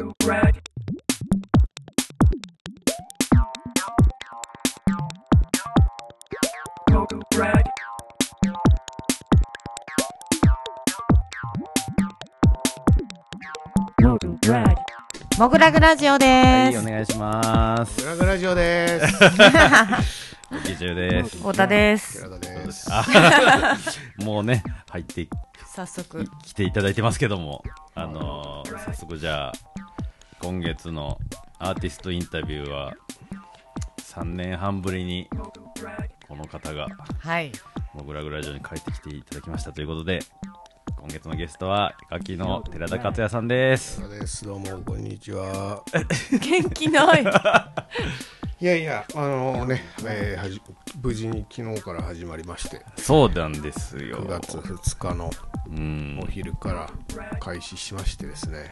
モグラグラジオです。 はい、お願いします。 グラグラジオです。 劇中です。 太田です。 寺田です。 もうね、入って早速来ていただいてますけども、早速じゃあ今月のアーティストインタビューは3年半ぶりにこの方がモグラグラジオに帰ってきていただきましたということで、今月のゲストは絵描きの寺田克也さんです。 寺田です。どうもこんにちは。 元気ない。 いやいや、無事に昨日から始まりまして、 そうなんですよ。 9月2日のお昼から開始しましてですね、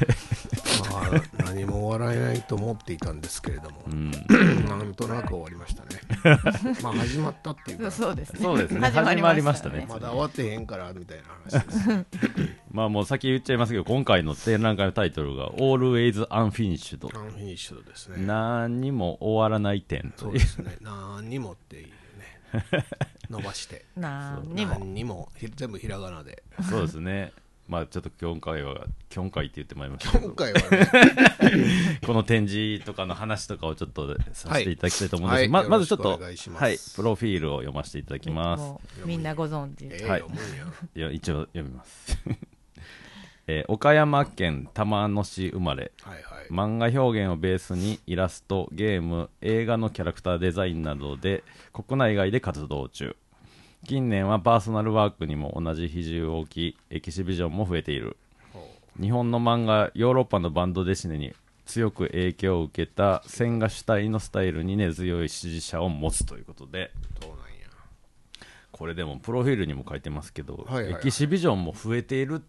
何も終わらないと思っていたんですけれども、なんとなく終わりましたね。まあ始まったっていうか、 そうですね。 そうですね。始まりましたね。 まだ終わってへんからみたいな話です。 まあもう先言っちゃいますけど、今回の展覧会のタイトルが Always Unfinished。 アンフィニッシュドですね。 何にも終わらない展。 そうですね。何にもっていうね。伸ばして何にも全部ひらがなで。 そうですね。まあちょっと今回って言ってまいりましたけど、 今回はねこの展示とかの話とかをちょっとさせていただきたいと思うんですけど、 はい、 まずちょっとよろしくお願いします。 プロフィールを読ませていただきます。 もうみんなご存知。 はい読むんや。 一応読みます。岡山県玉野市生まれ、 はいはい。 漫画表現をベースにイラスト、ゲーム、映画のキャラクターデザインなどで国内外で活動中。近年はパーソナルワークにも同じ比重を置き、エキシビジョンも増えている。日本の漫画、ヨーロッパのバンドデシネに強く影響を受けた線画主体のスタイルに根強い支持者を持つということで、 そうなんや。 これでもプロフィールにも書いてますけど、 はいはいはい、 エキシビジョンも増えているって、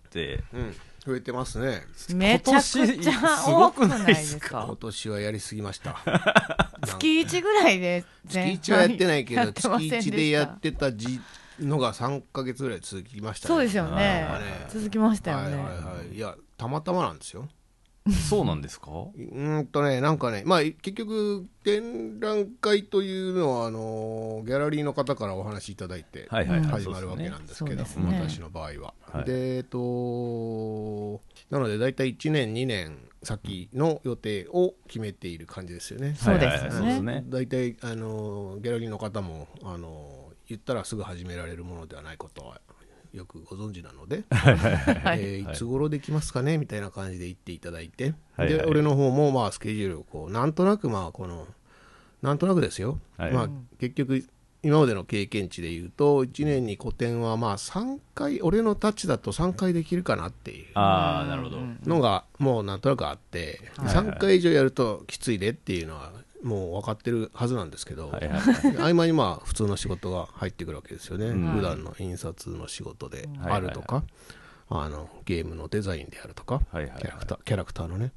増えてますね。 めちゃくちゃ多くないですか。 今年はやりすぎました。 月1ぐらいで月1はやってないけど、月1でやってたのが3ヶ月ぐらい続きましたね。 そうですよね。続きましたよね。 いや、たまたまなんですよ。 そうなんですか。 なんかね、まあ結局展覧会というのはギャラリーの方からお話しいただいて始まるわけなんですけど、私の場合は。でなので大体1年2年先の予定を決めている感じですよね。 そうですね。 大体ギャラリーの方も言ったらすぐ始められるものではないことはよくご存知なので、いつ頃できますかねみたいな感じで言っていただいて、で俺の方もまあスケジュールをこうなんとなくなんとなくですよ、まあ結局今までの経験値でいうと1年に個展はまあ3回、俺のタッチだと3回できるかなっていうのがもうなんとなくあって、3回以上やるときついでっていうのはもう分かってるはずなんですけど、合間にまあ普通の仕事が入ってくるわけですよね。普段の印刷の仕事であるとか、ゲームのデザインであるとか、キャラクターのね。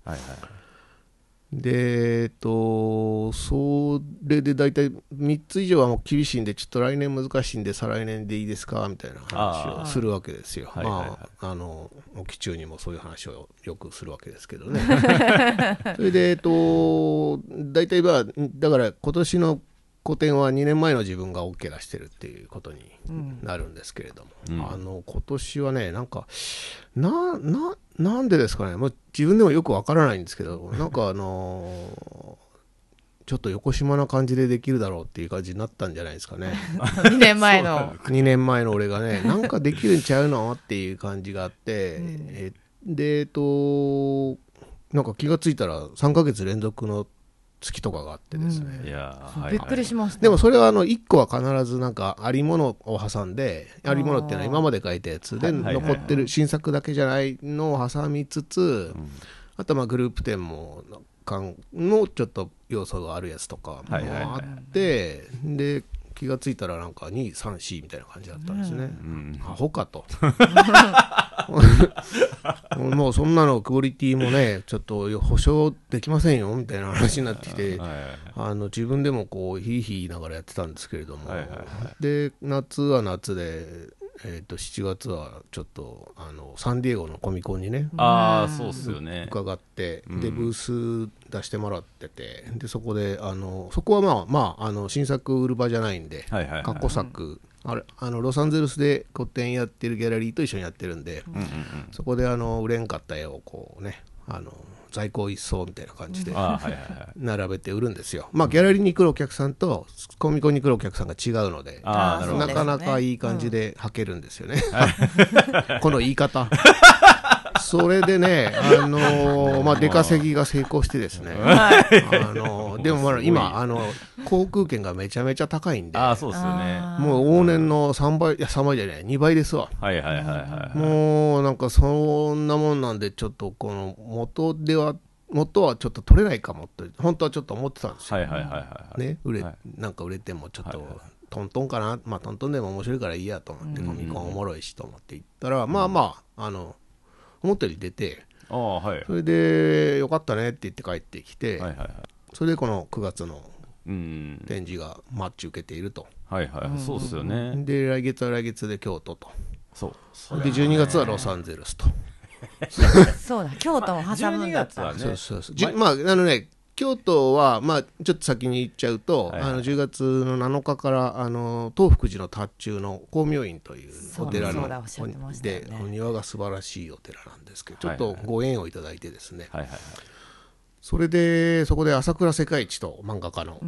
でそれで大体3つ以上はもう厳しいんで、ちょっと来年難しいんで再来年でいいですかみたいな話をするわけですよ。オキ中にもそういう話をよくするわけですけどね。それで大体だから今年の個展は2年前の自分が OK 出してるっていうことになるんですけれども、今年はね、なんかなんでですかね、もう自分でもよくわからないんですけど、なんかちょっと横島な感じでできるだろうっていう感じになったんじゃないですかね。 2年前の 2年前の俺がね、なんかできるんちゃうのっていう感じがあって、でなんか気がついたら3ヶ月連続の月とかがあってですね、 びっくりしました。 でもそれは1個は必ずなんかありものを挟んで、ありものっていうのは今まで書いたやつで残ってる新作だけじゃないのを挟みつつ、あとまあグループ展ものちょっと要素があるやつとかもあって、で気がついたらなんか2、3、4みたいな感じだったんですね。アホかと。もうそんなのクオリティもね、ちょっと保証できませんよみたいな話になってきて、自分でもこうヒーヒー言いながらやってたんですけれども、で夏は夏で 7月はちょっとサンディエゴのコミコンにねそうっすよね伺って、でブース出してもらってて、でそこでそこはまあ新作売る場じゃないんで、過去作ロサンゼルスで個展やってるギャラリーと一緒にやってるんで、そこで売れんかった絵をこうね在庫一掃みたいな感じで並べて売るんですよ。まあギャラリーに来るお客さんとコミコンに来るお客さんが違うので、なかなかいい感じで履けるんですよね、この言い方それでね、出稼ぎが成功してですね、でも今航空券がめちゃめちゃ高いんで、 そうですよね、 もう往年の3倍、いや3倍じゃない2倍ですわ。もうなんかそんなもんなんで、ちょっとこの元はちょっと取れないかもと本当はちょっと思ってたんですよ。ね、なんか売れてもちょっとトントンかな、まあトントンでも面白いからいいやと思って、コミコンおもろいしと思って行ったら、まあ思ったより出て、それでよかったねって言って帰ってきて、それでこの9月の展示がマッチ受けていると。 そうですよね。 で来月は来月で京都と、で12月はロサンゼルスとそうだ、京都も挟むんだった。 まあ京都は、まあ、ちょっと先に言っちゃうと、10月の7日から東福寺の塔中の光明院というお寺ので、お庭が素晴らしいお寺なんですけど、ちょっとご縁をいただいてですね、それでそこで朝倉世界一と漫画家の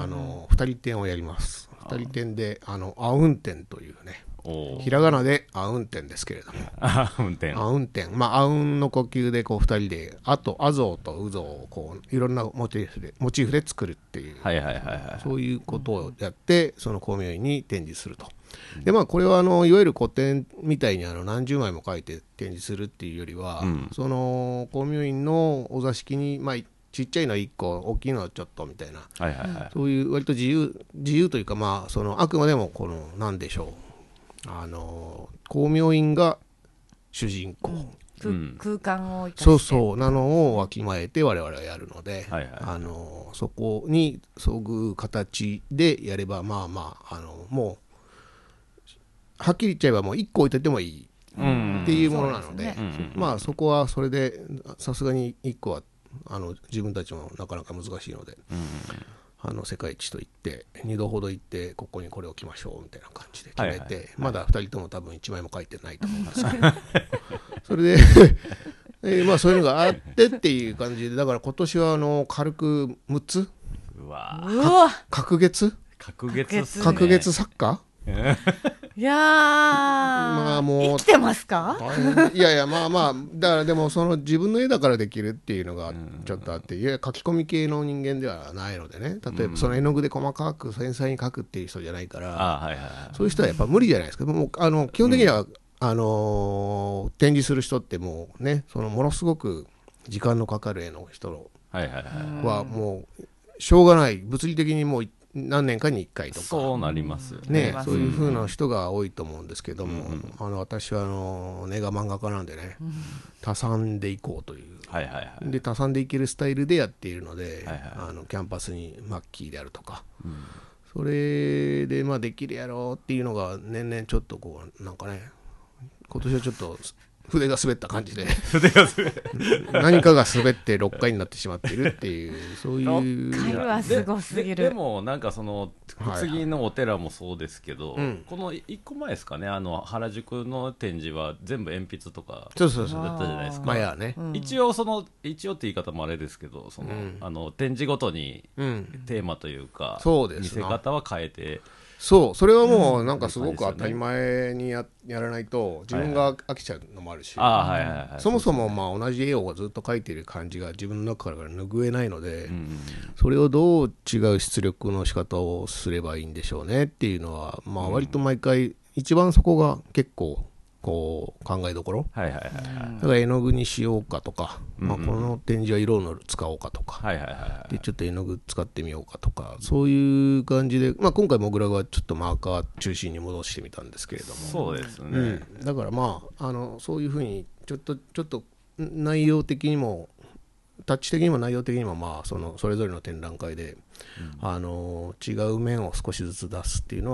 2人展をやります。2人展でアウンテンというね、ひらがなでアウンテンですけれども、アウンテン、まあアウンの呼吸でこう2人でアゾウとウゾウをこういろんなモチーフで作るっていう、そういうことをやって、その光明院に展示すると。でまあこれはいわゆる古典みたいに何十枚も書いて展示するっていうよりは、その光明院のお座敷にまあちっちゃいの1個、大きいのはちょっとみたいな、そういう割と自由というか、まああくまでもこの何でしょう、光明院が主人公、 空間を生かしてなのをわきまえて我々はやるので、そこに遭遇形でやれば、まあもうはっきり言っちゃえばもう1個置いててもいいっていうものなので、まあそこはそれでさすがに1個は自分たちもなかなか難しいので、世界一と行って2度ほど行って、ここにこれを置きましょうみたいな感じで決めて、まだ2人とも多分1枚も書いてないと思うんですけどそれでまあそういうのがあってっていう感じで、だから今年は軽く6つ隔月作家いやー、まあもう生きてますかいやまあだからでもその自分の絵だからできるっていうのがちょっとあって、いや書き込み系の人間ではないのでね、例えばその絵の具で細かく繊細に描くっていう人じゃないから、そういう人はやっぱ無理じゃないですか。もう基本的には展示する人ってもうね、そのものすごく時間のかかる絵の人はもうしょうがない、物理的にもう何年かに1回とか、 そうなりますよね。 そういう風な人が多いと思うんですけども、私は根が漫画家なんでね、多産でいこうという、で多産でいけるスタイルでやっているので、キャンパスにマッキーであるとか、それでまあできるやろうっていうのが年々ちょっとこうなんかね、今年はちょっと筆が滑った感じで何かが滑って6回になってしまっているっていう、そういう 6回はすごすぎる。 でもなんかその次のお寺もそうですけど、この1個前ですかね、原宿の展示は全部鉛筆とかだったじゃないですか。一応って言い方もあれですけど、展示ごとにテーマというか見せ方は変えて、 それはもうなんかすごく当たり前にやらないと自分が飽きちゃうのもあるし、そもそもまあ同じ絵をずっと描いている感じが自分の中から拭えないので、それをどう違う出力の仕方をすればいいんでしょうねっていうのは、まあ割と毎回一番そこが結構こう考えどころ、だから絵の具にしようかとか、この展示は色を使おうかとか、でちょっと絵の具使ってみようかとか、そういう感じで、今回モグラはちょっとマーカー中心に戻してみたんですけれども、 そうですね、 だからまあそういうふうにちょっと内容的にもタッチ的にも内容的にもまあそれぞれの展覧会で、違う面を少しずつ出すっていうのは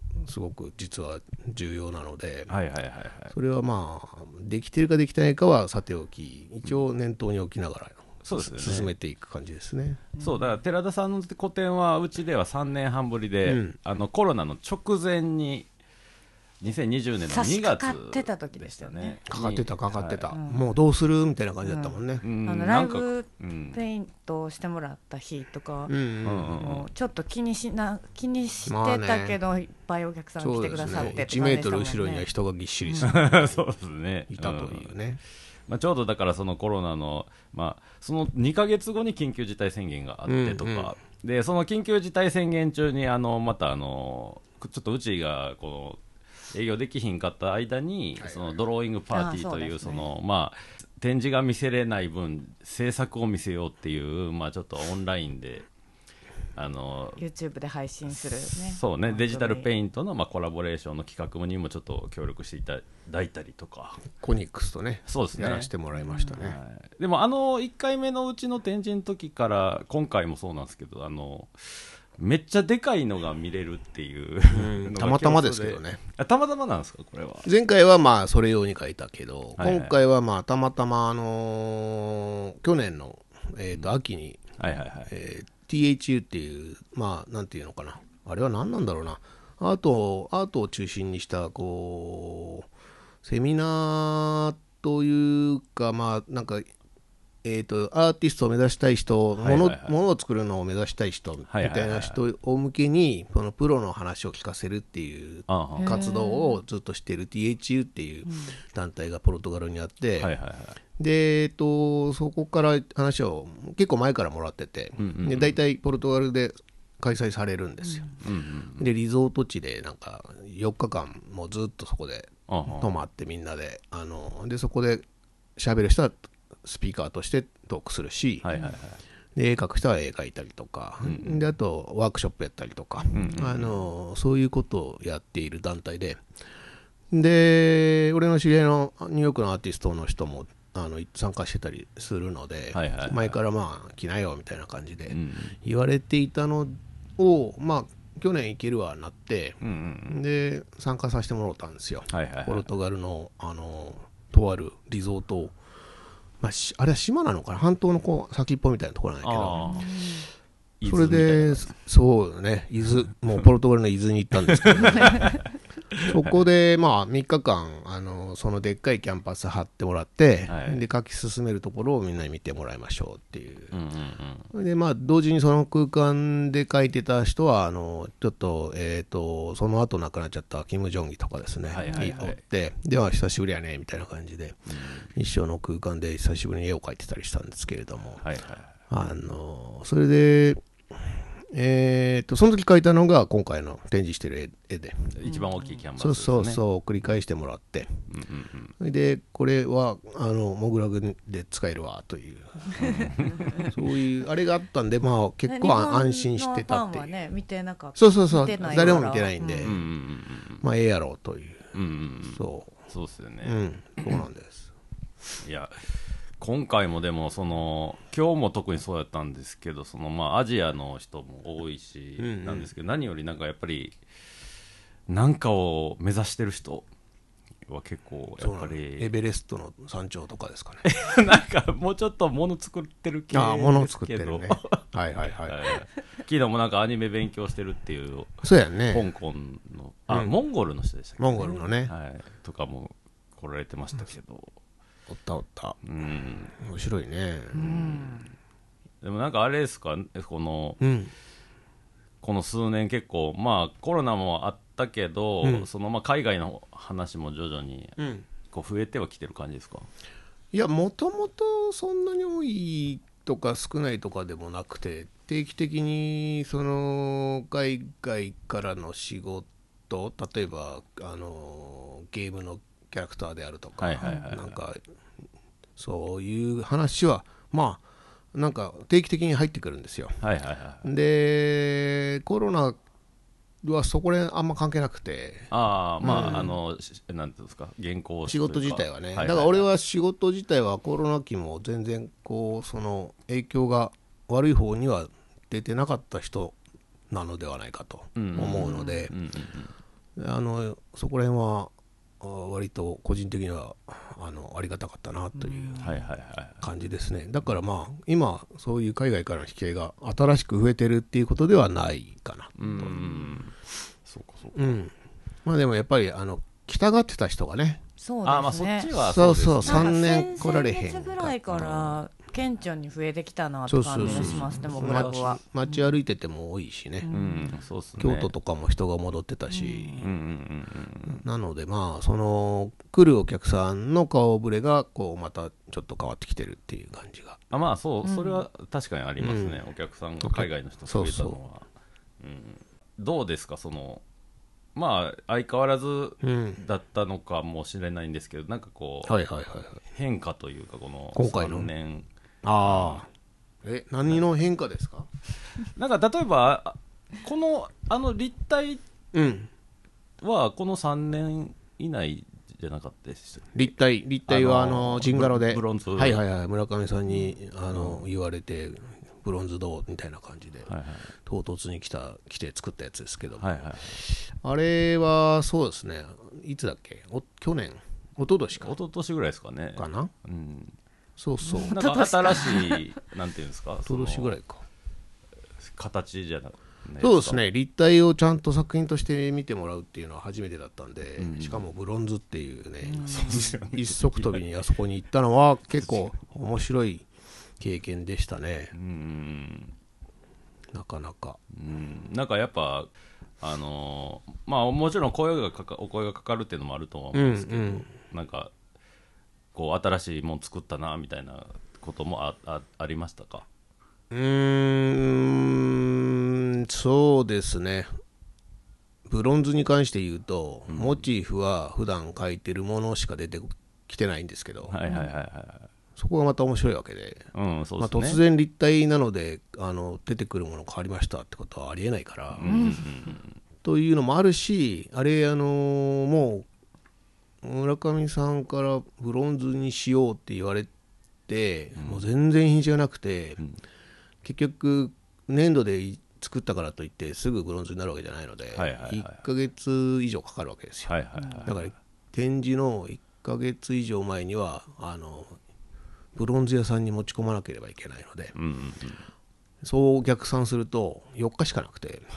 すごく実は重要なので、 はいはいはいはい。 それはまあできてるかできてないかはさておき、一応念頭に置きながら、 そうですね、 進めていく感じですね。 そうだから寺田さんの個展はうちでは3年半ぶりで、コロナの直前に2020年の2月かかってた時でしたよね。 かかってた、はい、もうどうするみたいな感じだったもんね、 ライブペイントをしてもらった日とか、もうちょっと気にしてたけど、いっぱいお客さん来てくださってって 1メートル後ろには人がぎっしりそうですね、 いたというね、 ちょうどだからそのコロナの、その2ヶ月後に緊急事態宣言があってとか、でその緊急事態宣言中にまたちょっとうちがこの営業できひんかった間に、そのドローイングパーティーという、展示が見せれない分制作を見せようっていう、ちょっとオンラインで YouTube で配信するね、 そうね、デジタルペイントのコラボレーションの企画にもちょっと協力していただいたりとか、 コニックスとね、 そうですね、 やらせてもらいましたね、 でも1回目のうちの展示の時から今回もそうなんですけど、めっちゃでかいのが見れるっていうたまたまですけどね。 たまたまなんですか、これは。 前回はそれ用に書いたけど、今回はたまたま去年の秋に THU っていうなんていうのかな、あれは何なんだろうな、アートを中心にしたセミナーというか、なんかアーティストを目指したい人、ものを作るのを目指したい人みたいな人を向けに、そのプロの話を聞かせるっていう活動をずっとしている THU っていう団体がポルトガルにあって、でそこから話を結構前からもらってて、で大体ポルトガルで開催されるんですよ、でリゾート地でなんか4日間もうずっとそこで泊まって、みんなででそこで喋る人はスピーカーとしてトークするし、で絵描く人は絵描いたりとか、であとワークショップやったりとか、そういうことをやっている団体で、で俺の知り合いのニューヨークのアーティストの人も参加してたりするので、前から来なよみたいな感じで言われていたのを、去年行けるわなって、で参加させてもらったんですよ、ポルトガルのとあるリゾート、あれは島なのかな、半島の先っぽみたいなところなんだけど、それでそうね、もうポルトガルの伊豆に行ったんですけど、そこで3日間そのでっかいキャンパス張ってもらって、で書き進めるところをみんなに見てもらいましょうっていう、で同時にその空間で書いてた人はちょっとその後亡くなっちゃったキム・ジョンギとかですね、おって、では久しぶりやねみたいな感じで、一緒の空間で久しぶりに絵を描いてたりしたんですけれども、それでその時描いたのが今回の展示してる絵で、 一番大きいキャンバスですね。 そう繰り返してもらって、でこれはモグラグで使えるわというそういうあれがあったんで、結構安心してたっていう。 日本のファンはね見てなかった。 そう誰も見てないんで、ええやろうという、 そうですよね、 そうなんです。 いや今回もでも今日も特にそうやったんですけど、アジアの人も多いしなんですけど、何よりなんかやっぱり何かを目指してる人は結構やっぱりエベレストの山頂とかですかねなんかもうちょっと物作ってる系ですけど、ね、昨日もなんかアニメ勉強してるっていう、 そうやね、 香港のモンゴルの人でしたっけ、 モンゴルのね、 とかも来られてましたけど、 おった面白いね。 でもなんかあれですか、この数年結構コロナもあったけど、海外の話も徐々に増えてはきてる感じですか？ いや、もともとそんなに多いとか少ないとかでもなくて、定期的に海外からの仕事、例えばゲームのキャラクターであるとか、なんかそういう話はなんか定期的に入ってくるんですよ。でコロナはそこであんま関係なくて、 なんていうんですか、原稿仕事自体はね、だから俺は仕事自体はコロナ期も全然その影響が悪い方には出てなかった人なのではないかと思うので、 そこら辺は割と個人的にはありがたかったなという感じですね。だからまあ今そういう海外からの引き合いが新しく増えてるっていうことではないかなと。 そうかそうか。 まあでもやっぱり来たがってた人がね、 そうですね。 まあそっちはそうそう3年来られへん先々月ぐらいから顕著に増えてきたなって感じがしますね。僕らは街歩いてても多いしね、 そうっすね。 京都とかも人が戻ってたし、なのでまあその来るお客さんの顔ぶれがこうまたちょっと変わってきてるっていう感じが、 まあそう、それは確かにありますね。お客さんが海外の人増えたのは。どうですか、そのまあ相変わらずだったのかもしれないんですけど、なんかこう変化というか、この3年、 何の変化ですか？ なんか例えばこの立体はこの3年以内じゃなかったです。 立体はジンガロでブロンズ、 はいはいはい、村上さんに言われてブロンズどうみたいな感じで、唐突に来て作ったやつですけども、あれはそうですね、いつだっけ、去年一昨年ぐらいですかねかな、そうなんか新しいなんていうんですか、 一昨年ぐらいか、 形じゃなくて、 そうですね、立体をちゃんと作品として見てもらうっていうのは初めてだったんで、しかもブロンズっていうね、一足飛びにあそこに行ったのは結構面白い経験でしたね。なかなか、 なんかやっぱまあもちろんお声がかかるっていうのもあると思うんですけど、なんかこう新しいもん作ったなみたいなこともありましたか？ そうですね、ブロンズに関して言うと、モチーフは普段描いてるものしか出てきてないんですけど、そこがまた面白いわけで、突然立体なので出てくるもの変わりましたってことはありえないから、というのもあるし、あれもう村上さんからブロンズにしようって言われて、もう全然日にちがなくて、結局粘土で作ったからといってすぐブロンズになるわけじゃないので、1ヶ月以上かかるわけですよ。だから展示の1ヶ月以上前にはブロンズ屋さんに持ち込まなければいけないので、そう逆算すると4日しかなくて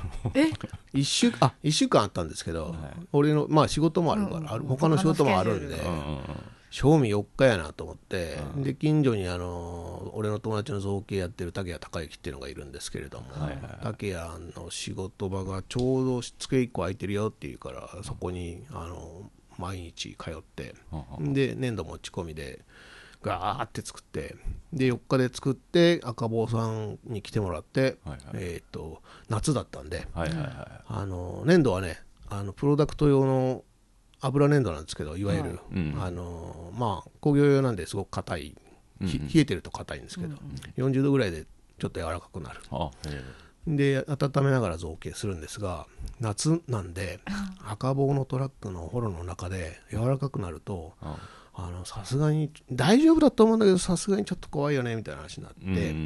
1週間あったんですけど、俺の仕事もあるから、他の仕事もあるんで、賞味4日やなと思って、で近所に俺の友達の造形やってる竹谷孝之っていうのがいるんですけれども、竹谷の仕事場がちょうど机1個空いてるよっていうから、そこに毎日通って、で粘土持ち込みでガーって作って、で4日で作って赤坊さんに来てもらって、夏だったんで、粘土はねプロダクト用の油粘土なんですけど、いわゆる、工業用なんですごく硬い、冷えてると硬いんですけど、40度ぐらいでちょっと柔らかくなる。で温めながら造形するんですが、夏なんで赤棒のトラックのホロの中で柔らかくなると、さすがに大丈夫だと思うんだけど、さすがにちょっと怖いよねみたいな話になって、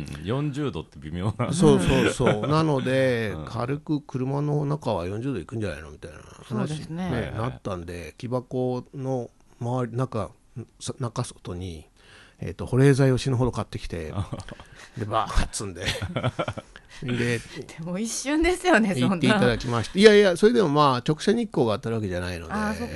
40度って微妙なそうなので軽く車の中は40度いくんじゃないのみたいな話になったんで、木箱の周り中外に保冷剤を死ぬほど買ってきてでバーッつんででも一瞬ですよね、 行っていただきまして、いやそれでも直射日光が当たるわけじゃないので、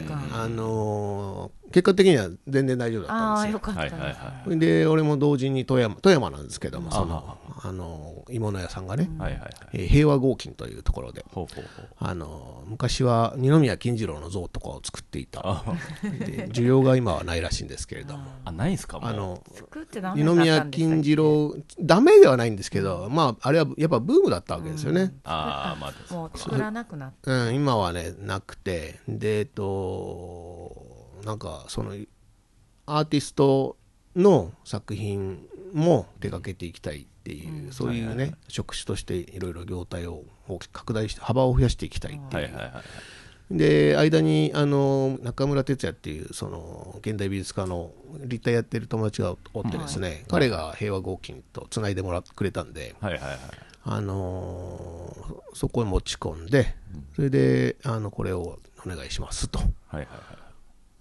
結果的には全然大丈夫だったんですよ。 よかったです。で俺も同時に富山なんですけども、その鋳物屋さんがね、平和合金というところで、昔は二宮金次郎の像とかを作っていたで、需要が今はないらしいんですけれども、 ないんすか？ 二宮金次郎ダメではないんですけど、あれはやっぱブームだったわけですよね。 もう作らなくなって、 今はねなくて、でなんかそのアーティストの作品も手掛けていきたいっていう、そういうね、職種としていろいろ業態を拡大して幅を増やしていきたいっていう、で間に中村哲也っていうその現代美術家の立体やってる友達がおってですね、彼が平和合金とつないでくれたんで、そこに持ち込んで、それでこれをお願いしますと、 はいはいはい、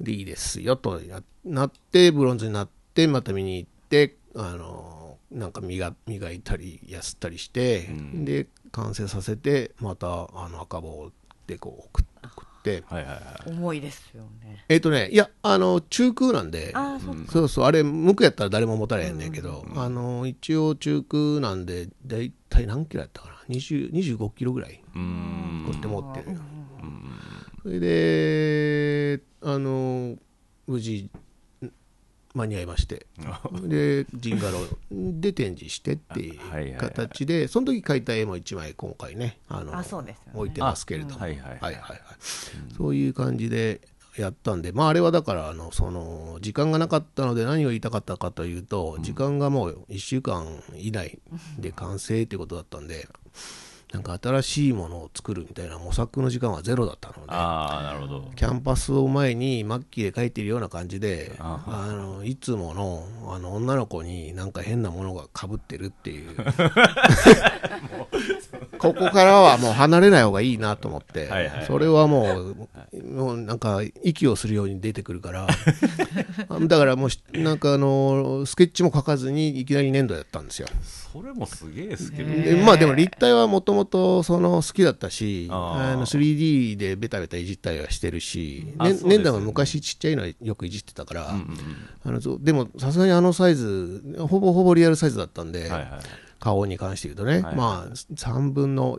でいいですよとなってブロンズになってまた見に行ってなんか磨いたりやすったりして、で完成させてまた赤棒でこう送って、 はいはいはい、重いですよね。 いや中空なんで、そうそう、あれ無垢やったら誰も持たれへんねんけど、一応中空なんでだいたい何キロやったかな、25キロぐらいこうやって持ってる。それで無事間に合いましてでジンガロで展示してっていう形で、その時描いた絵も1枚今回ねそうですよね、 置いてますけれども、そういう感じでやったんで、まああれはだからその時間がなかったので何を言いたかったかというと、時間がもう1週間以内で完成っていうことだったんで、なんか新しいものを作るみたいな模索の時間はゼロだったので、 なるほど、 キャンパスを前に末期で描いてるような感じで、いつもの女の子になんか変なものがかぶってるっていうここからはもう離れない方がいいなと思って、それはもうなんか息をするように出てくるからだからもうなんかスケッチも描かずにいきなり粘土やったんですよ。 それもすげえ好きで、まあでも立体はもともと好きだったし、3D でベタベタいじったりはしてるし、粘土も昔ちっちゃいのはよくいじってたから、でもさすがにサイズほぼほぼリアルサイズだったんで、顔に関して言うとね、まあ4分の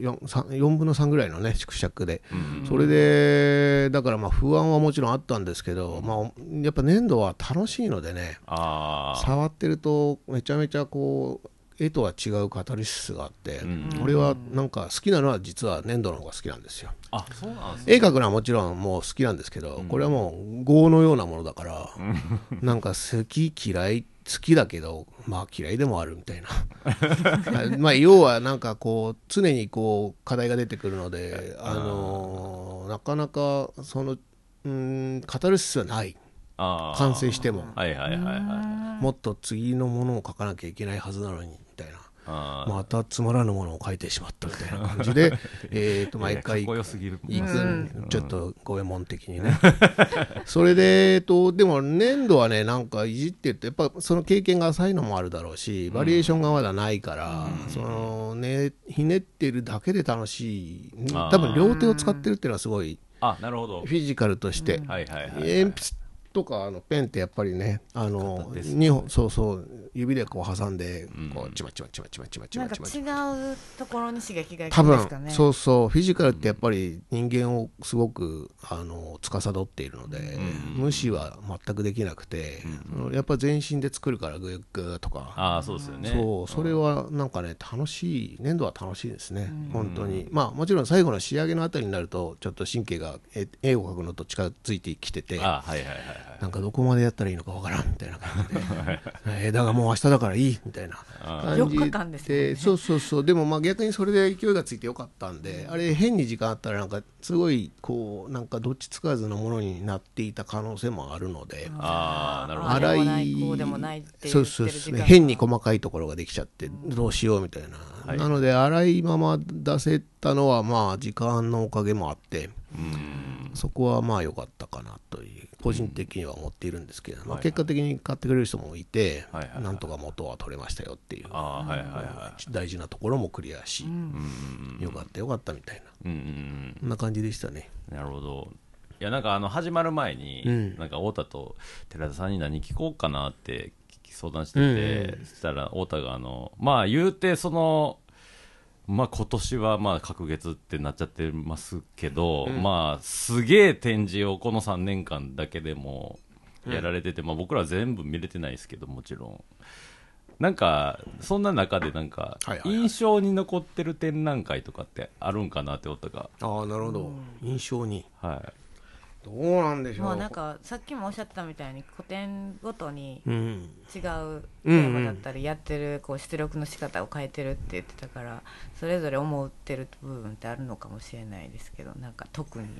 3ぐらいのね縮尺で、それでだからまあ不安はもちろんあったんですけど、まあやっぱ粘土は楽しいのでね、触ってるとめちゃめちゃこう絵とは違うカタルシスがあって、俺はなんか好きなのは実は粘土の方が好きなんですよ。 そうなんですね。 絵描くのはもちろんもう好きなんですけど、これはもう業のようなものだからなんか好き嫌い好きだけどまあ嫌いでもあるみたいなまあ要はなんかこう常にこう課題が出てくるので、なかなかカタルシスはない。完成してももっと次のものを書かなきゃいけないはずなのにみたいな、またつまらぬものを書いてしまったみたいな感じで毎回行くちょっと五右衛門的にねそれででも粘土はねなんかいじってるとやっぱその経験が浅いのもあるだろうし、バリエーションがまだないから、ひねってるだけで楽しい。多分両手を使ってるっていうのはすごいフィジカルとして、鉛筆とかペンってやっぱりね2本そう指でこう挟んでこうチマチマチマチマチマチマチマチマ、 なんか違うところに刺激がいくんですかね。 多分そうフィジカルってやっぱり人間をすごく司っているので、無視は全くできなくて、やっぱ全身で作るからグーグーとか、 そうですよね。 それはなんかね楽しい。粘土は楽しいですね、本当に。まあもちろん最後の仕上げのあたりになるとちょっと神経が絵を描くのと近づいてきてて、なんかどこまでやったらいいのかわからんみたいな感じでだがもう明日だからいいみたいな感じで、 4日間ですね。 そうでもまあ逆にそれで勢いがついてよかったんで、あれ変に時間あったらなんかすごいこうなんかどっちつかずのものになっていた可能性もあるので、 荒いこうでもないって言ってる時間、 変に細かいところができちゃってどうしようみたいな、なので荒いまま出せたのはまあ時間のおかげもあって、そこはまあ良かったかなという個人的には思っているんですけど、結果的に買ってくれる人もいて、なんとか元は取れましたよっていう大事なところもクリアし、よかったみたいな、そんな感じでしたね。 なるほど。いやなんか始まる前に、なんか太田と寺田さんに何聞こうかなって相談してて、そしたら太田がまあ言うてまあ今年はまあ隔月ってなっちゃってますけど、まあすげえ展示をこの3年間だけでもやられてて、まあ僕ら全部見れてないですけど、もちろんなんかそんな中でなんか印象に残ってる展覧会とかってあるんかなってことが。 なるほど、印象に、どうなんでしょう。 まあなんかさっきもおっしゃってたみたいに古典ごとに違うテーマだったりやってるこう出力の仕方を変えてるって言ってたから、それぞれ思ってる部分ってあるのかもしれないですけど、なんか特に。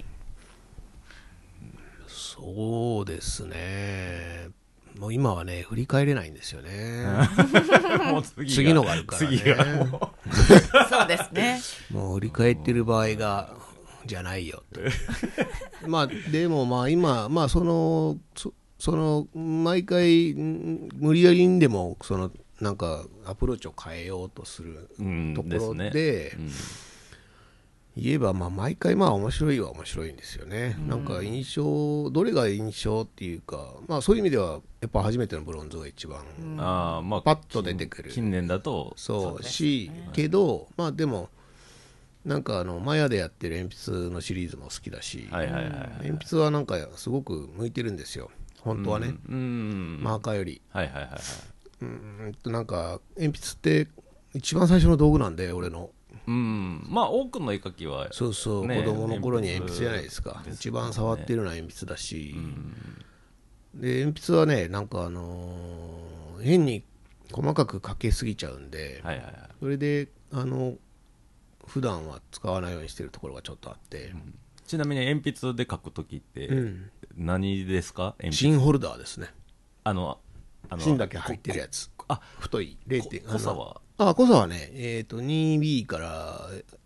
そうですね、もう今はね振り返れないんですよねもう次のがあるからねそうですね、 もう振り返ってる場合がじゃないよとまあでもまあ今まあその毎回無理やりにでもそのなんかアプローチを変えようとするところで、言えばまあ毎回まあ面白いは面白いんですよね。なんかどれが印象っていうか、まあそういう意味ではやっぱ初めてのブロンズが一番パッと出てくる。 近年だとそうし、けどまあでもなんかマヤでやってる鉛筆のシリーズも好きだし、鉛筆はなんかすごく向いてるんですよ本当はね、マーカーより。なんか鉛筆って一番最初の道具なんで俺の。 まあ多くの絵描きはそうそう、子供の頃に鉛筆じゃないですか、一番触ってるのは鉛筆だし、で鉛筆はねなんか変に細かく描けすぎちゃうんで、それで普段は使わないようにしてるところがちょっとあって、 ちなみに鉛筆で描くときって何ですか？ 芯ホルダーですね。芯だけ入ってるやつ。太い 0. 濃さは濃さはね2B から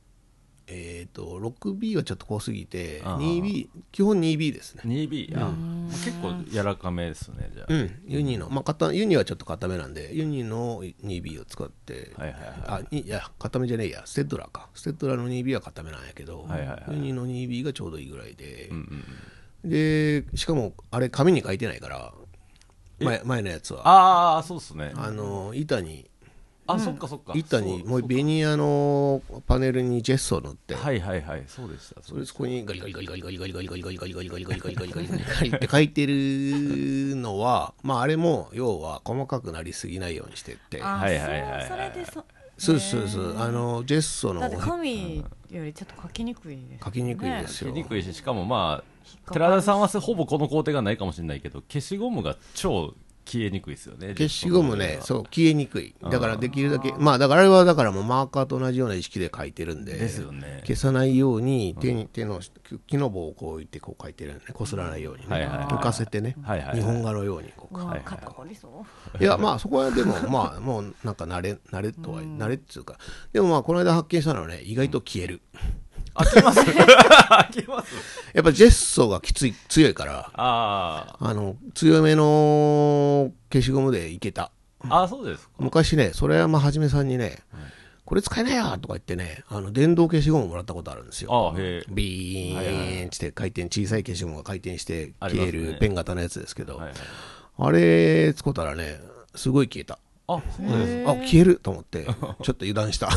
6B はちょっと濃すぎて 2B 基本 2B ですね。 2B 結構柔らかめですね。じゃあユニのユニはちょっと固めなんでユニの 2B を使っていや固めじゃねえやステッドラーか。ステッドラーの 2B は固めなんやけどユニの 2B がちょうどいいぐらいで、でしかもあれ紙に書いてないから前のやつはそうですね。 板にそっかそっか。 板にもうベニヤのパネルにジェスを塗ってそうでした。 それそこにガリガリガリガリガリガリガリガリガリガリガリガリガリガリガリガリガリって書いてるのはまああれも要は細かくなりすぎないようにしてってそれでそうジェスのだって紙よりちょっと書きにくいですね。 書きにくいですよ。 書きにくいし、しかもまあ寺田さんはほぼこの工程がないかもしれないけど消しゴムが超消えにくいですよね。 消しゴムね、そう消えにくい。だからできるだけまあだからあれはだからもうマーカーと同じような意識で書いてるんで、 ですよね。 消さないように手の木の棒をこう置いてこう書いてるんでね、こすらないように浮かせてね、日本画のようにこう書いて。 肩こりそう。 いやまあそこはでもまあもうなんか慣れっていうか、でもまあこの間発見したのはね意外と消える。 開けますやっぱジェッソが強いから強めの消しゴムでいけた。 そうですか。 昔ねそれはまあはじめさんにね、これ使えないよとか言ってね電動消しゴムもらったことあるんですよ。ビーンって回転、小さい消しゴムが回転して消えるペン型のやつですけど、あれ使ったらねすごい消えた。 そうです。 消えると思ってちょっと油断した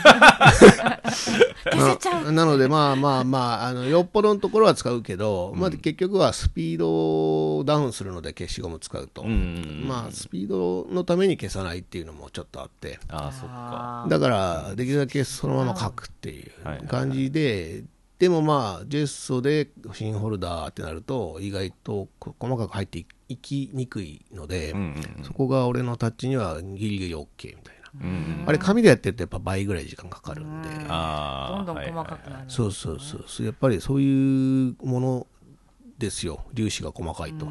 なのでまあよっぽどのところは使うけど、結局はスピードをダウンするので消しゴム使うと、まあスピードのために消さないっていうのもちょっとあって、 そっか。 だからできるだけそのまま書くっていう感じで、でもまあジェッソで芯ホルダーってなると意外と細かく入っていきにくいので、そこが俺のタッチにはギリギリ OK みたいな。あれ紙でやってるとやっぱ倍ぐらい時間かかるんで、どんどん細かくなる。 そうやっぱりそういうものですよ、粒子が細かいと。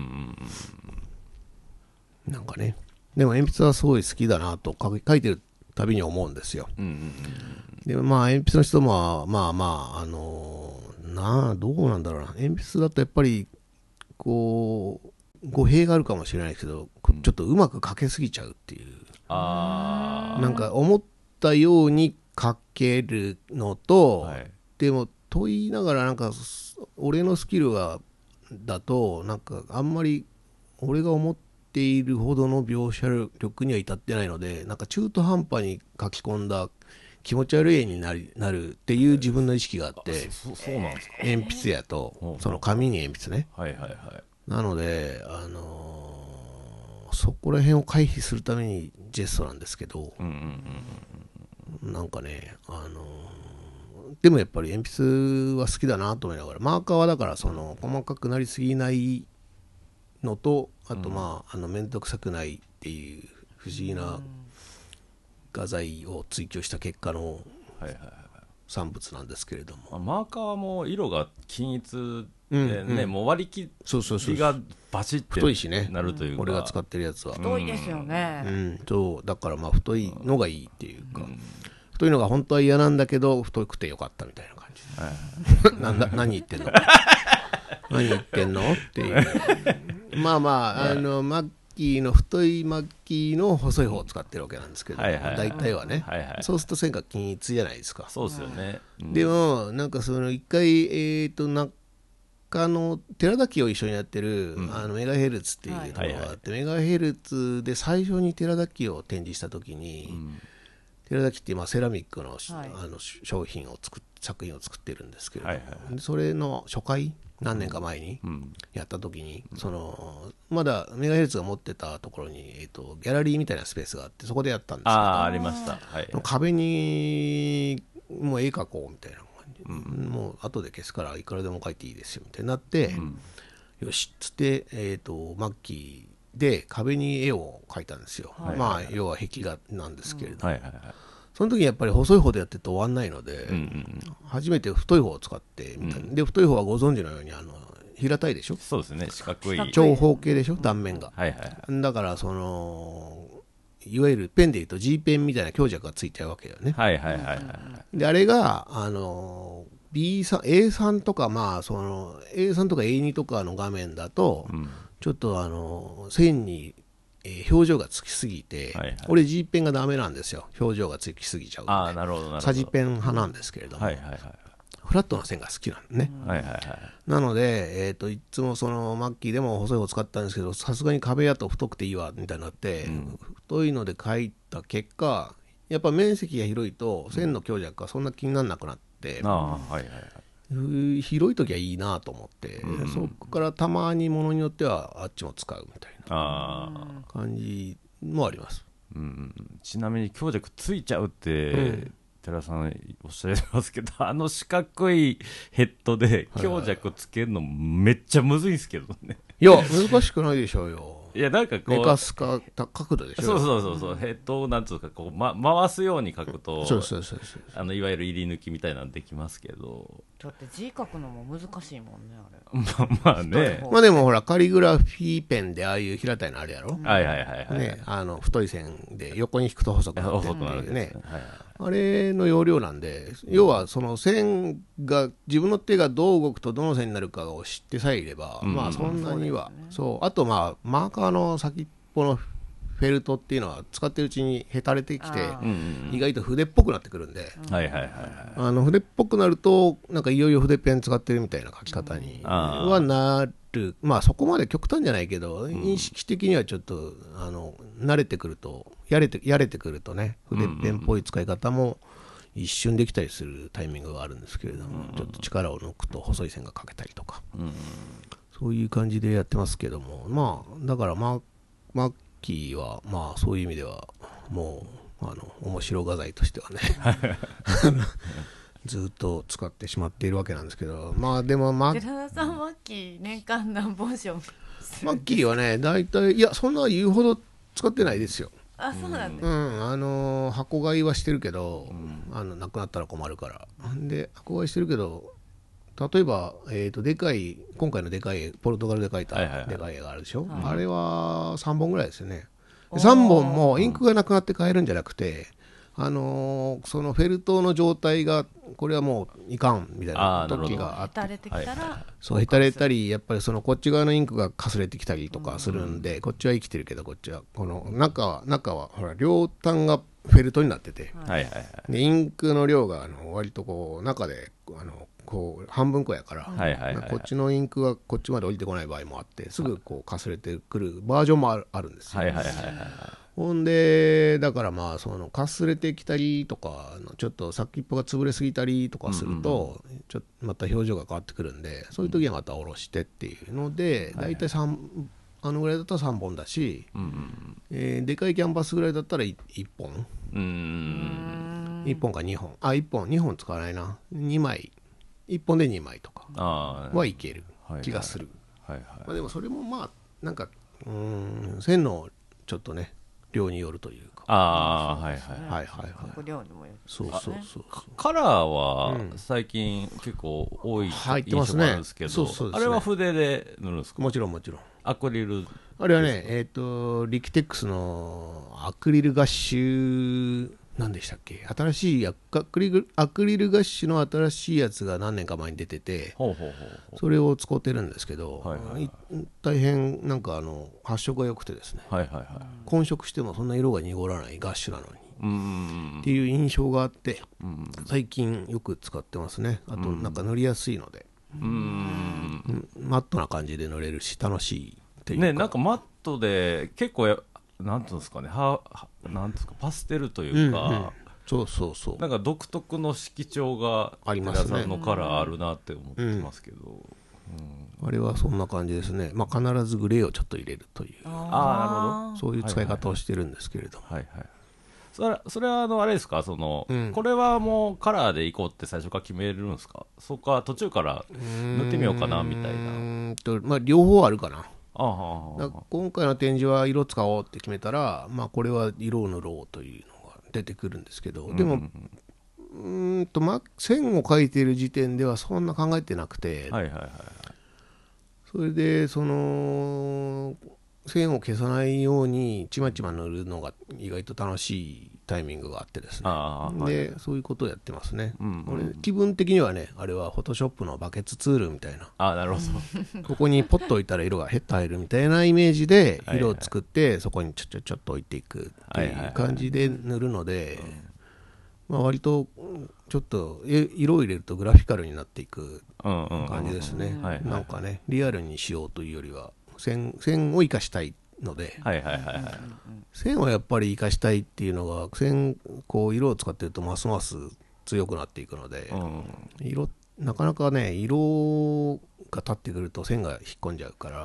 なんかね、でも鉛筆はすごい好きだなと書いてるたびに思うんですよ。でまあ鉛筆の人もどうなんだろうな、鉛筆だとやっぱりこう語弊があるかもしれないですけど、ちょっとうまく書けすぎちゃうっていう、なんか思ったように書けるのと、でもと言いながらなんか俺のスキルだとなんかあんまり俺が思っているほどの描写力には至ってないので、なんか中途半端に書き込んだ気持ち悪い絵になるっていう自分の意識があって、 そうなんですか。 鉛筆やとその紙に鉛筆ね、なのでそこら辺を回避するためにジェストなんですけど、なんかねでもやっぱり鉛筆は好きだなと思いながら、マーカーはだからその細かくなりすぎないのと、あと面倒くさくないっていう不思議な画材を追求した結果の産物なんですけれども、 マーカーはもう色が均一でね、もう割り切りがバシッて太いしね、 なるというか、 俺が使ってるやつは太いですよね。 そうだからまあ太いのがいいっていうか、太太いのが本当は嫌なんだけど太くてよかったみたいな感じ、何言ってんの何言ってんのっていうまあマッキーの太いマッキーの細い方を使ってるわけなんですけど、大体はね、そうすると線が均一じゃないですか。 そうですよね、 でもなんかその一回中野寺田清を一緒にやってる、メガヘルツっていうところがあって、メガヘルツで最初に寺田清を展示した時に、寺田清ってセラミックの、商品を作品を作ってるんですけれども、それの初回何年か前にやった時に、まだメガヘルツが持ってたところに、ギャラリーみたいなスペースがあって、そこでやったんですけど、 ありました、 壁にもう絵描こうみたいな感じ、もう後で消すからいくらでも描いていいですよみたいになって、よしっつって、マッキーで壁に絵を描いたんですよ、要は壁画なんですけれども、その時にやっぱり細い方でやってると終わんないので、初めて太い方を使ってみたいな、で太い方はご存知のように平たいでしょ。 そうですね、四角い長方形でしょ、断面が、だからいわゆるペンでいうと G ペンみたいな強弱がついちゃうわけだよね。であれがA3 とかA3 とか A2 とかの画面だと、ちょっと線に表情がつきすぎて、俺 G ペンがダメなんですよ、表情がつきすぎちゃうので。サジペン派なんですけれども、フラットな線が好きなのね。なので、いつもそのマッキーでも細い方使ったんですけど、さすがに壁やと太くていいわみたいになって、太いので描いた結果、やっぱ面積が広いと線の強弱がそんな気にならなくなって、広い時はいいなと思って、そこからたまにものによってはあっちも使うみたいな感じもあります。 ちなみに強弱ついちゃうって、寺さんおっしゃいますけど、四角いヘッドで強弱つけるのめっちゃむずいんですけどね。 いや難しくないでしょうよ。 いやなんかこう寝かすか角度でしょ。 そうヘッドをなんつうかこう、回すように書くと、いわゆる入り抜きみたいなのできますけど、 だって字書くのも難しいもんねあれね。 でもほらカリグラフィーペンでああいう平たいのあるやろ。太い線で横に引くと細くなってるね。あれの要領なんで、要はその線が自分の手がどう動くとどの線になるかを知ってさえいれば、そんなにはあとマーカーの先っぽのフェルトっていうのは使ってるうちにへたれてきて、意外と筆っぽくなってくるんで、筆っぽくなるとなんかいよいよ筆ペン使ってるみたいな書き方にはなる。そこまで極端じゃないけど、意識的にはちょっと慣れてくるとやれてくるとね、筆ペンっぽい使い方も一瞬できたりするタイミングがあるんですけれども、ちょっと力を抜くと細い線が描けたりとか、そういう感じでやってますけども、だからマッキーはそういう意味ではもう面白画材としてはねずっと使ってしまっているわけなんですけど、でも寺田さんマッキー年間何本賞？ マッキーはね大体そんな言うほど使ってないですよ。 そうなんです。 箱買いはしてるけど、なくなったら困るからで箱買いしてるけど、例えば、今回のでかいポルトガルで描いたでかい絵があるでしょ、あれは3本ぐらいですよね。3本もインクがなくなって買えるんじゃなくて、そのフェルトの状態がこれはもういかんみたいな時があって、 へたれてきたらへたれたり、やっぱりこっち側のインクがかすれてきたりとかするんで、こっちは生きてるけどこっちはこの中はほら両端がフェルトになってて、でインクの量が割とこう中でこう半分こやから、こっちのインクがこっちまで降りてこない場合もあって、すぐこうかすれてくるバージョンもあるんですよ。ほんでだからかすれてきたりとか、ちょっと先っぽが潰れすぎたりとかすると、ちょっとまた表情が変わってくるんで、そういう時はまた下ろしてっていうので、大体ぐらいだったら3本だし、でかいキャンバスぐらいだったら1本1本か2本2本使わないな、2枚1本で2枚とかはいける気がする。でもそれもなんか線のちょっとね量によるというか、 量にもよる。 そうカラーは最近結構多い印象があるんですけど、あれは筆で塗るんですか？ もちろんアクリル、 あれはねリキテックスのアクリルガッシュ何でしたっけ、新しいアクリルガッシュの新しいやつが何年か前に出てて、それを使ってるんですけど、大変なんか発色が良くてですね、混色してもそんな色が濁らないガッシュなのにっていう印象があって、最近よく使ってますね。あとなんか塗りやすいので、マットな感じで塗れるし楽しいっていうか、 ね、なんかマットで結構なんていうんですかね、なんですか、パステルというか、 そうなんか独特の色調がありますね。 寺さんのカラーあるなって思ってますけど、 あれはそんな感じですね。まあ必ずグレーをちょっと入れるという、 なるほど、 そういう使い方をしてるんですけれども、 それはあれですか、これはもうカラーでいこうって最初から決めるんですか、そこか途中から塗ってみようかなみたいな。 まあ両方あるかな。 今回の展示は色使おうって決めたら、まあ、これは色を塗ろうというのが出てくるんですけど、でも線を描いている時点ではそんな考えてなくて、それでその線を消さないようにちまちま塗るのが意外と楽しいタイミングがあってですね、でそういうことをやってますね。俺気分的にはね、あれはフォトショップのバケツツールみたいな、 なるほどここにポッと置いたら色がヘッと入るみたいなイメージで色を作って、そこにちょっと置いていくっていう感じで塗るので、まあ割とちょっと色を入れるとグラフィカルになっていく感じですね。なんかね、リアルにしようというよりは線を生かしたいので、線をやっぱり生かしたいっていうのが、こう色を使ってるとますます強くなっていくので、なかなかね、色が立ってくると線が引っ込んじゃうから、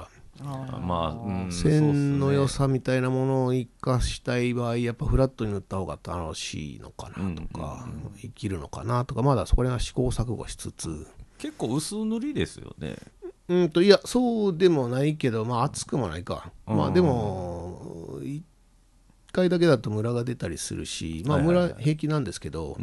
線の良さみたいなものを生かしたい場合、やっぱフラットに塗った方が楽しいのかなとか、生きるのかなとか、まだそこら辺は試行錯誤しつつ。 結構薄塗りですよね。 いやそうでもないけど、まあ厚くもないか、まあでも1回だけだとムラが出たりするし、まあムラ平気なんですけど、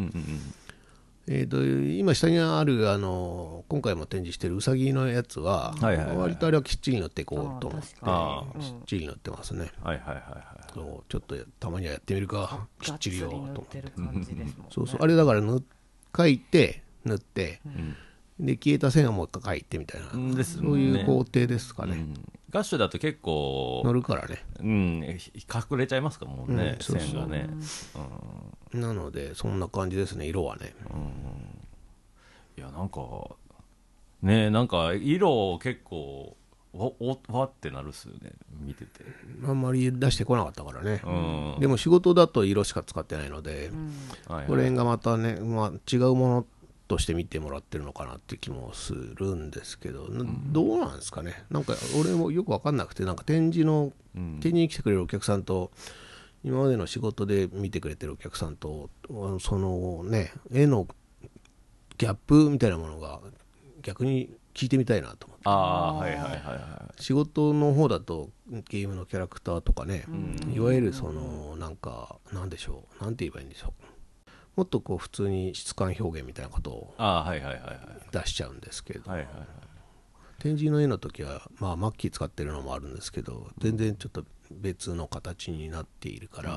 今下にある今回も展示してるウサギのやつは、割とあれはきっちり塗っていこうと思ってきっちり塗ってますね。ちょっとたまにはやってみるか、きっちりよと思って。そうそう、あれだから描いて塗って、で消えた線をもう一回描いてみたいな、そういう工程ですかね。 ガッシュだと結構乗るからね、 隠れちゃいますかもんね、線がね。 なのでそんな感じですね、色はね。 いやなんか色結構わってなるっすよね、見てて。 あんまり出してこなかったからね。でも仕事だと色しか使ってないので、これがまたね、違うものとして見てもらってるのかなっていう気もするんですけど、どうなんですかね。なんか俺もよく分かんなくて、なんか展示に来てくれるお客さんと、今までの仕事で見てくれてるお客さんと、そのね、絵のギャップみたいなものが逆に聞いてみたいなと思って。仕事の方だとゲームのキャラクターとかね、いわゆるそのなんかなんでしょう、なんて言えばいいんでしょう、もっとこう普通に質感表現みたいなことを出しちゃうんですけど、展示の絵の時はまあマッキー使ってるのもあるんですけど、全然ちょっと別の形になっているから、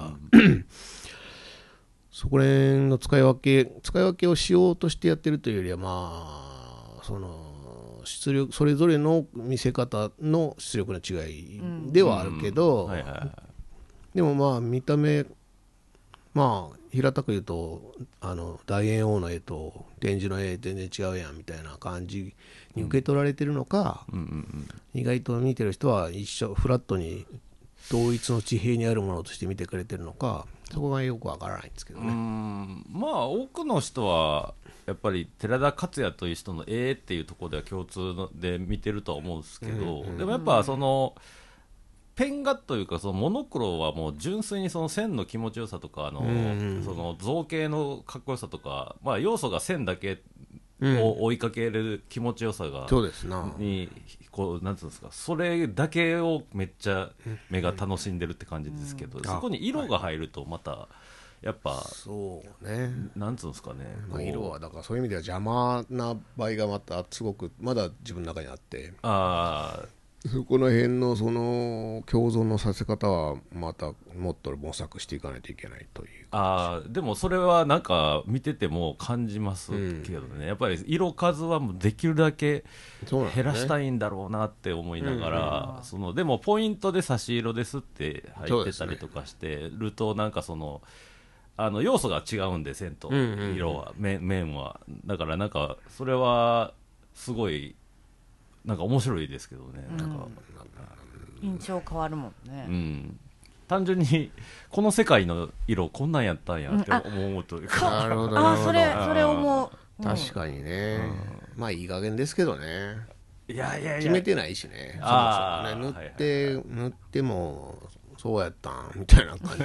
そこら辺の使い分けをしようとしてやってるというよりは、まあその出力、それぞれの見せ方の出力の違いではあるけど、でもまあ見た目、まあ平たく言うと大猿王の絵と展示の絵全然違うやんみたいな感じに受け取られてるのか、意外と見てる人は一緒フラットに同一の地平にあるものとして見てくれてるのか、そこがよくわからないんですけどね。 まあ多くの人はやっぱり寺田克也という人の絵っていうところでは共通で見てるとは思うんですけど、でもやっぱそのペン画というかそのモノクロはもう純粋にその線の気持ちよさとかその造形のかっこよさとか、まあ、要素が線だけを追いかける気持ちよさが、にこうなんていうんですか、それだけをめっちゃ目が楽しんでるって感じですけど、そこに色が入るとまたやっぱそうね、 なんつうんですかね、 色はだからそういう意味では邪魔な場合がまたすごくまだ自分の中にあって、 そこの辺のその共存のさせ方はまたもっと模索していかないといけないという。 でもそれはなんか見てても感じますけどね、やっぱり色数はもうできるだけ減らしたいんだろうなって思いながら、でもポイントで差し色ですって入ってたりとかしてると、なんか要素が違うんで、線と色は、面は。だからなんかそれはすごいなんか面白いですけどね、なんか印象変わるもんね。 単純にこの世界の色こんなんやったんやって思うというか、 なるほどそれ思う。 確かにね、まあいい加減ですけどね。 いや決めてないしね、そもそもね、塗ってもそうやったんみたいな感じ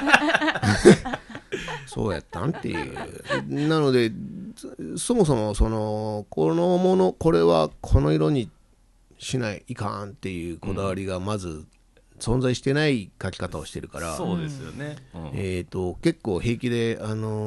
そうやったんっていう。なのでそもそもこのもの、これはこの色にしないいかんっていうこだわりがまず存在してない描き方をしてるから、 そうですよね、 結構平気で、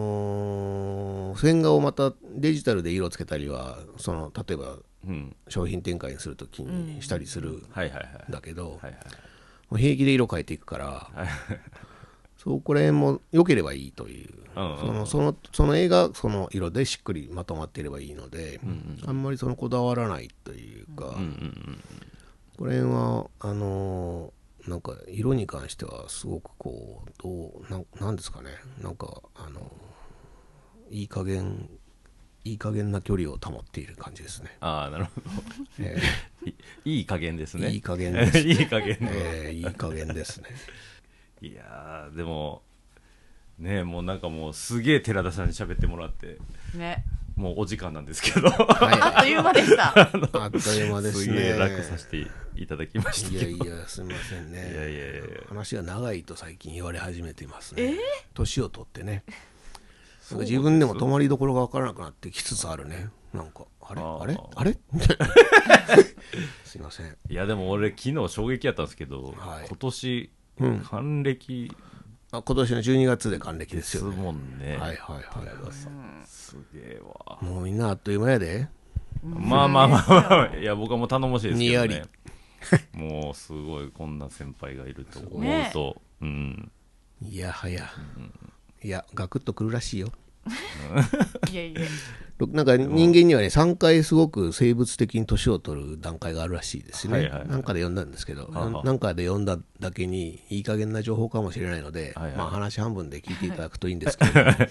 線画をまたデジタルで色つけたりは例えば、商品展開にするときにしたりするんだけど、平気で色変えていくから、これも良ければいいという、その絵がその色でしっくりまとまっていればいいので、あんまりこだわらないというか、これはなんか色に関してはすごくなんですかね、なんかいい加減な距離を保っている感じですね。 なるほど、いい加減ですね。 いい加減ですね。 いい加減いい加減ですね。 いやでもね、もうなんかもうすげえ寺田さんに喋ってもらってね、もうお時間なんですけど、 あっという間でしたあっという間ですね。 すげえ楽させていただきました。 いやすみませんね。話が長いと最近言われ始めていますね。年を取ってね、自分でも止まりどころが分からなくなってきつつあるね。なんかあれみたいなすいません。 いやでも俺昨日衝撃やったんですけど、今年還暦、 今年の12月で還暦ですよね。 ですもんね。すげえわ。 もうみんなあっという間やで。 まあいや僕はもう頼もしいですけどね。もうすごいこんな先輩がいると思うと、 いやはや、いやガクッとくるらしいよ。 いやなんか人間にはね、3回すごく生物的に年を取る段階があるらしいですね。なんかで読んだんですけど、なんかで読んだだけにいい加減な情報かもしれないので、まあ話半分で聞いていただくといいんですけど、なんか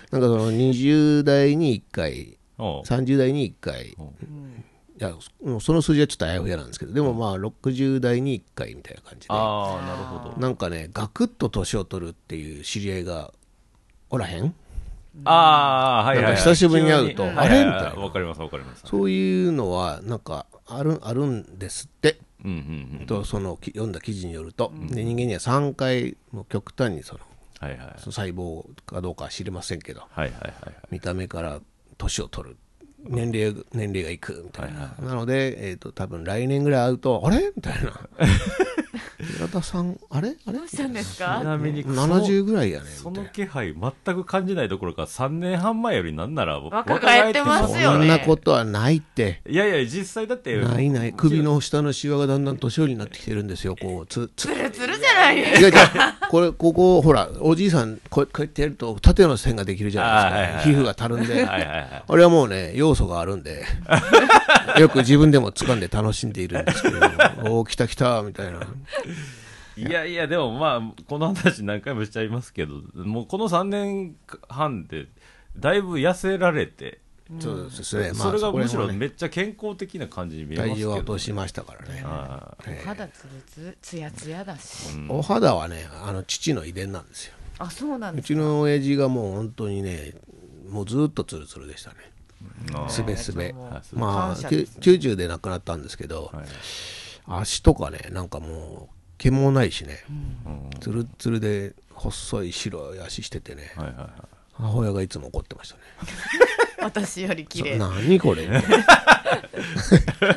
20代に1回、30代に1回、いやその数字はちょっとあやふやなんですけど、でもまあ60代に1回みたいな感じで、 なるほど。 なんかね、ガクッと年を取るっていう知り合いがおらへん？ なんか久しぶりに会うと、あれみたいな。 わかりますわかります。 そういうのはなんかあるんですって。と読んだ記事によると、で人間には3回も極端に細胞かどうかは知りませんけど、見た目から年を取る。年齢がいくみたいな。なので、多分来年ぐらい会うと、あれみたいな。平田さん、あれどうしたんですか？ ちなみに 70ぐらいやね。 その気配全く感じないどころか、3年半前よりなんなら若返ってますよね。 そんなことはないって。 いや実際だってない首の下のシワがだんだん年寄りになってきてるんですよ。こうツルツルじゃないですか。ここほらおじいさんこうやってやると縦の線ができるじゃないですか。皮膚がたるんで、あれはもうね要素があるんで、よく自分でも掴んで楽しんでいるんですけど、おー来た来たみたいな。 いやでもまあこの話何回もしちゃいますけど、もうこの3年半でだいぶ痩せられて、 そうですね。 それがむしろめっちゃ健康的な感じに見えますけど、 体重は落としましたからね。 お肌ツヤツヤだし、 お肌はね父の遺伝なんですよ。 あ、そうなんですか。 うちの親父がもう本当にね、もうずっとツルツルでしたね。すべすべ。まあ90で亡くなったんですけど、足とかね、なんかもう毛もないしね、ツルツルで細い白い足しててね、母親がいつも怒ってましたね。 私より綺麗。 何これ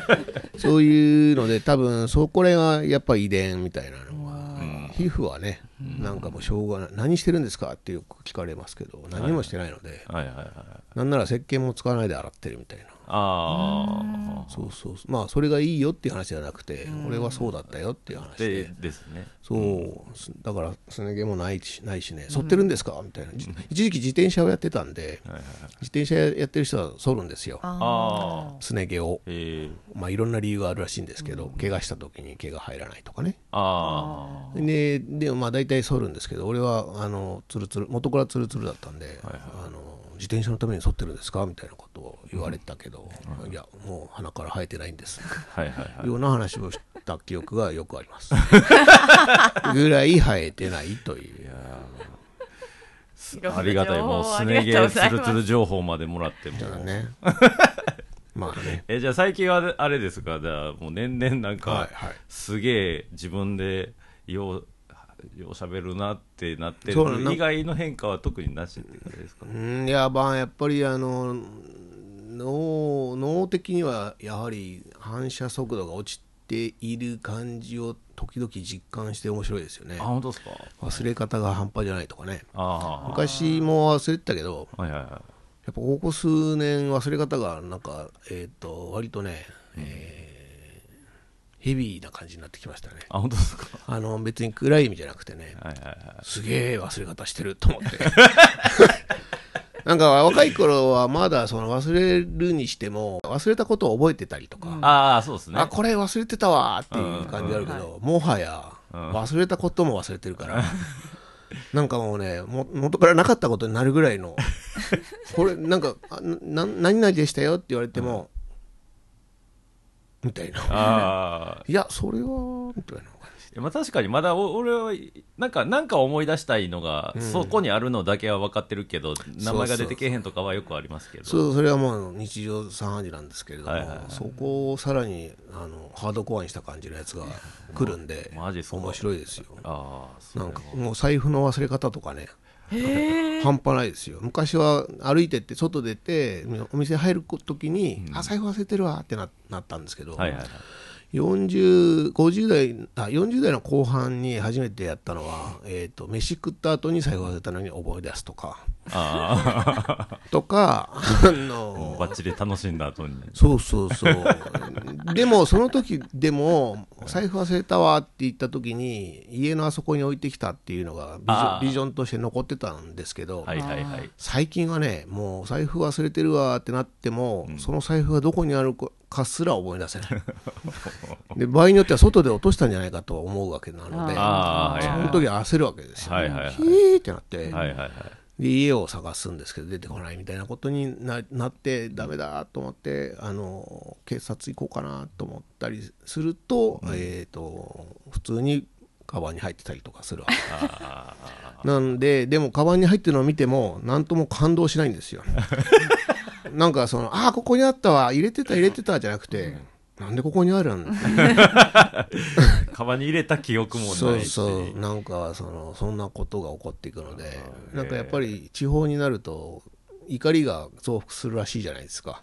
そういうので、多分これはやっぱ遺伝みたいなのは、皮膚はねなんかもうしょうがない、何してるんですかってよく聞かれますけど、何もしてないので、なんなら石鹸も使わないで洗ってるみたいな。そうそう、まあそれがいいよっていう話じゃなくて、俺はそうだったよっていう話ですね。 そうだからすね毛もないしね、剃ってるんですかみたいな。一時期自転車をやってたんで、自転車やってる人は剃るんですよ、すね毛を。まあいろんな理由があるらしいんですけど、怪我した時に毛が入らないとかね。でもまあ大体剃るんですけど、俺はツルツル、元からツルツルだったんで、自転車のために剃ってるんですかみたいなことを言われたけど、いやもう鼻から生えてないんですような話をした記憶がよくありますぐらい生えてないという。 ありがたい、もうすね毛ツルツル情報までもらってもねまあね。 じゃあ最近はあれですか、じゃあもう年々なんかすげえ自分でよう喋るなってなってる以外の変化は特になしってことですか？ いや、まあやっぱり脳的にはやはり反射速度が落ちている感じを時々実感して面白いですよね。 本当ですか？ 忘れ方が半端じゃないとかね。昔も忘れてたけど、やっぱここ数年忘れ方がなんか割とね、ヘビーな感じになってきましたね。 本当ですか？ 別に暗い意味じゃなくてね、すげえ忘れ方してると思ってなんか若い頃はまだその忘れるにしても忘れたことを覚えてたりとか、 そうですね、 これ忘れてたわっていう感じがあるけど、もはや忘れたことも忘れてるからなんかもうね、元からなかったことになるぐらいのこれなんか何々でしたよって言われても、みたいな。いやそれはみたいな。 まあ、確かにまだ俺はなんか思い出したいのが、そこにあるのだけは分かってるけど、名前が出てけへんとかはよくありますけど、 それはもう日常茶飯事なんですけれども、そこをさらにハードコアにした感じのやつが来るんで、面白いですよ。なんかもう財布の忘れ方とかね、半端ないですよ。昔は歩いてって外出てお店入る時に、財布忘れてるわってなったんですけど、40代の後半に初めてやったのは、飯食った後に財布忘れたのに思い出すとかとかバッチリ楽しんだ後に、 そうでもその時でも財布忘れたわって言った時に家のあそこに置いてきたっていうのがビジョンとして残ってたんですけど、最近はね、もう財布忘れてるわってなっても、その財布がどこにあるかすら思い出せないで、場合によっては外で落としたんじゃないかと思うわけなので、その時焦るわけですよ。ヒーってなって、で家を探すんですけど出てこないみたいなことに なってダメだと思って、警察行こうかなと思ったりすると、普通にカバンに入ってたりとかするわけなんで、でもカバンに入ってるのを見ても何とも感動しないんですよなんかここにあったわ、入れてたじゃなくて、なんでここにあるんカバンに入れた記憶もないし、 なんかそんなことが起こっていくので、なんかやっぱり地方になると怒りが増幅するらしいじゃないですか。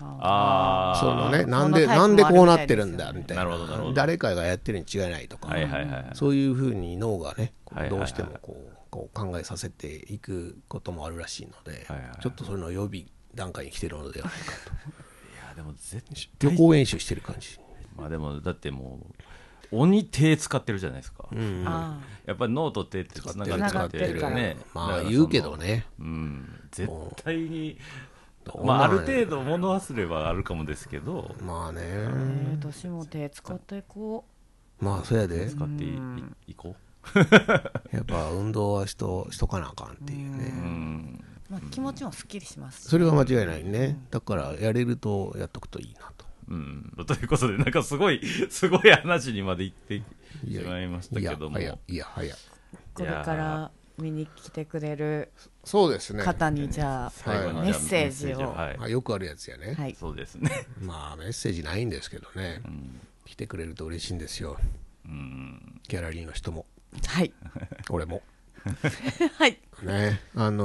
なんでこうなってるんだみたいな、誰かがやってるに違いないとか、そういうふうに脳がねどうしてもこう考えさせていくこともあるらしいので、ちょっとそれの予備段階に来てるのではないかと。 いやでも絶対予行演習してる感じ。 でもだってもう鬼手使ってるじゃないですか、やっぱり脳と手ってつながってるね。 言うけどね、 絶対にある程度物忘れはあるかもですけど、 私も手使っていこう。そうやで使っていこうやっぱ運動はしとかなあかんっていうね。 気持ちもすっきりします、 それは間違いないね。だからやれるとやっとくといいなと。 ということで、なんかすごい話にまで行ってしまいましたけども、 これから見に来てくれる方にじゃあメッセージを、 よくあるやつやね。 そうですね。 メッセージないんですけどね、来てくれると嬉しいんですよ。ギャラリーの人も、俺もね、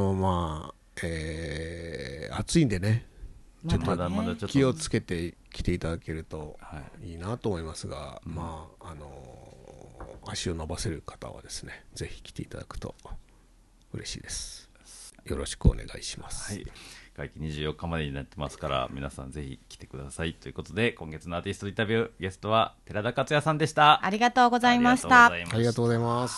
暑いんでね、ちょっと気をつけて来ていただけるといいなと思いますが、 足を伸ばせる方はですね、ぜひ来ていただくと嬉しいです。よろしくお願いします。 はい、会期24日までになってますから、皆さんぜひ来てくださいということで、今月のアーティストインタビュー、ゲストは寺田克也さんでした。 ありがとうございました。 ありがとうございます。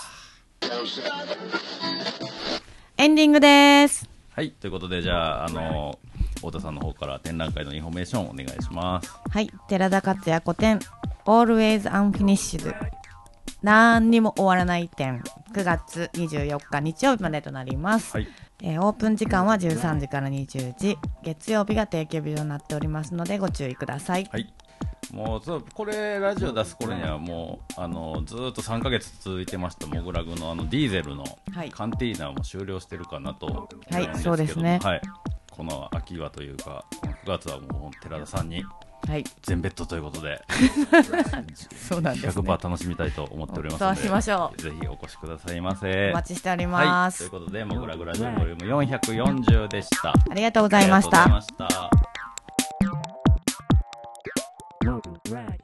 エンディングです。 はい、ということで、じゃあ太田さんの方から展覧会のインフォメーションをお願いします。 はい、寺田克也個展 Always Unfinished 何にも終わらない展、9月24日日曜日までとなります。 はい、 オープン時間は13時から20時、月曜日が定休日となっておりますのでご注意ください。 はい、もうこれラジオ出す頃にはもうずっと3ヶ月続いてましたモグラグのディーゼルのカンティーナーも終了してるかなと思うんですけど、 はい、そうですね。 はい、この秋はというかこの9月はもう寺田さんに全ベッドということで、 そうなんですね、 100% 楽しみたいと思っておりますので、 そうしましょう。 ぜひお越しくださいませ。 お待ちしております。 はい、ということでモグラグラジオボリューム440でした。 ありがとうございました。 ありがとうございました。